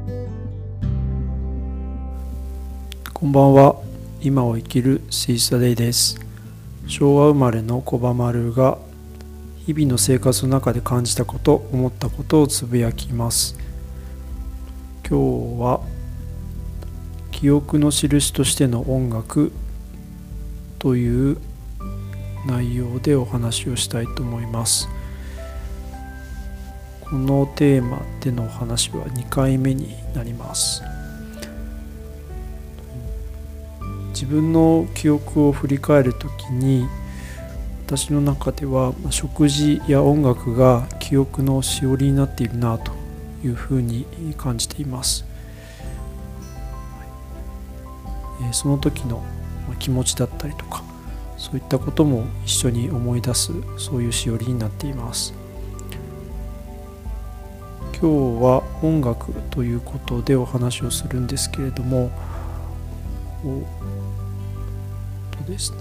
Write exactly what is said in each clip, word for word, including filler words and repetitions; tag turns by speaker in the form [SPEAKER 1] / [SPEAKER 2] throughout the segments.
[SPEAKER 1] こんばんは。今を生きるスイスタデイです。昭和生まれの小場丸が日々の生活の中で感じたこと、思ったことをつぶやきます。今日は記憶の印としての音楽という内容でお話をしたいと思います。このテーマでのお話はにかいめになります。自分の記憶を振り返るときに、私の中では食事や音楽が記憶のしおりになっているなというふうに感じています。その時の気持ちだったりとか、そういったことも一緒に思い出す、そういうしおりになっています。今日は音楽ということでお話をするんですけれども、ですね、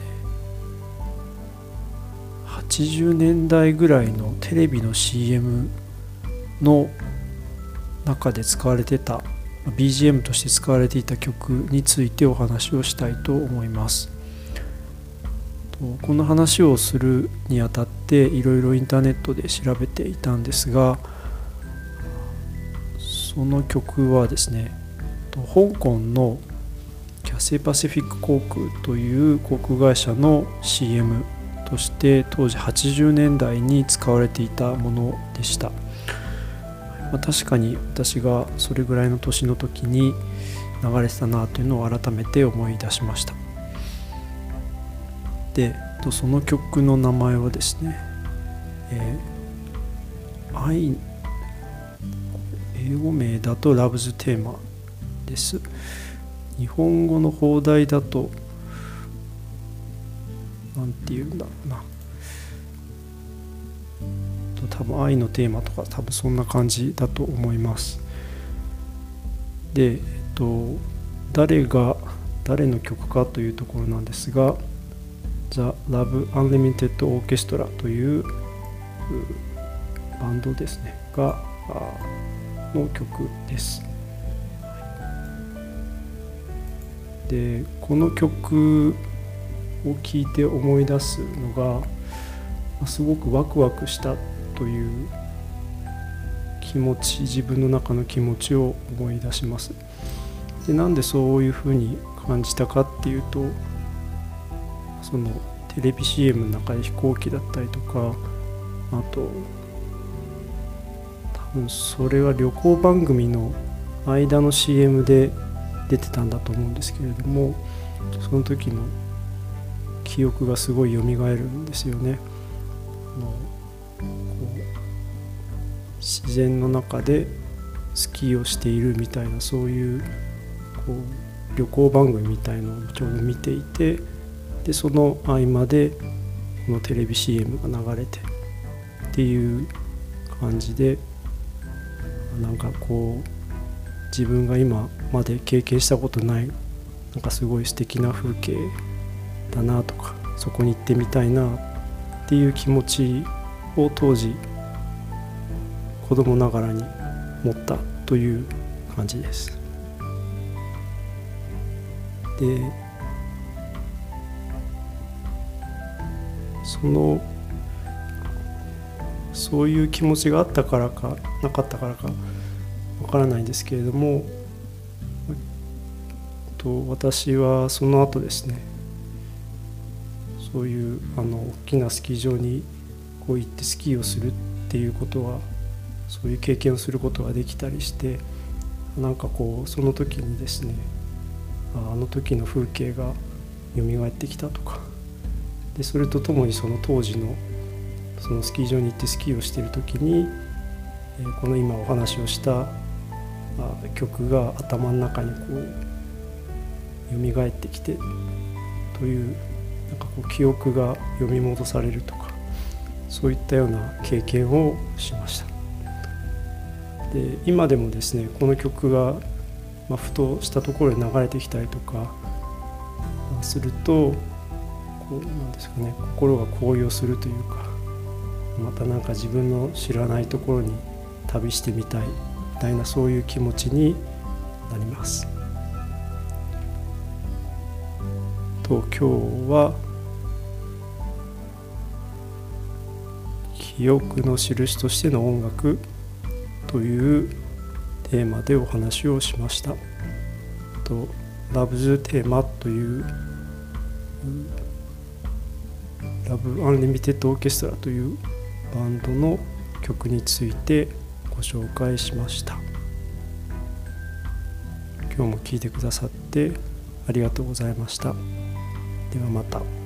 [SPEAKER 1] はちじゅうねんだいぐらいのテレビの シーエム の中で使われてた ビージーエム として使われていた曲についてお話をしたいと思います。この話をするにあたっていろいろインターネットで調べていたんですが、その曲はですね、香港のキャセイパシフィック航空という航空会社の シーエム として当時はちじゅうねんだいに使われていたものでした。まあ、確かに私がそれぐらいの年の時に流れてたなというのを改めて思い出しました。で、その曲の名前はですね、えー、愛英語名だとラブズテーマです。日本語の邦題だとなんていうんだろうな、多分愛のテーマとか多分そんな感じだと思います。で、えっと、誰が誰の曲かというところなんですが、The Love Unlimited Orchestra というバンドですねがの曲です。で、この曲を聴いて思い出すのが、すごくワクワクしたという気持ち、自分の中の気持ちを思い出します。で、なんでそういうふうに感じたかっていうと、そのテレビ シーエム の中で飛行機だったりとか、あと多分それは旅行番組の間の シーエム で出てたんだと思うんですけれども、その時の記憶がすごい蘇るんですよね。こう自然の中でスキーをしているみたいな、そういうこう旅行番組みたいのをちょうど見ていて、でその合間でこのテレビ シーエム が流れてっていう感じで、なんかこう自分が今まで経験したことない、なんかすごい素敵な風景だなとか、そこに行ってみたいなっていう気持ちを当時子供ながらに持ったという感じです。で、そのそういう気持ちがあったからかなかったからかわからないんですけれども、と私はその後ですね、そういうあの大きなスキー場にこう行ってスキーをするっていうことは、そういう経験をすることができたりして、なんかこうその時にですね、あの時の風景が蘇ってきたとか、でそれとともにその当時のそのスキー場に行ってスキーをしている時に、この今お話をした曲が頭の中にこう蘇ってきてという、なんかこう記憶が呼び戻されるとか、そういったような経験をしました。で、今でもですね、この曲が、まあ、ふとしたところで流れてきたりとかすると、こうなんですかね、心が高揚するというか、またなんか自分の知らないところに旅してみたいみたいな、そういう気持ちになります。と今日は記憶の印としての音楽というテーマでお話をしました。とラブズテーマというラブアンリミテッドオーケストラというバンドの曲についてご紹介しました。今日も聴いてくださってありがとうございました。ではまた。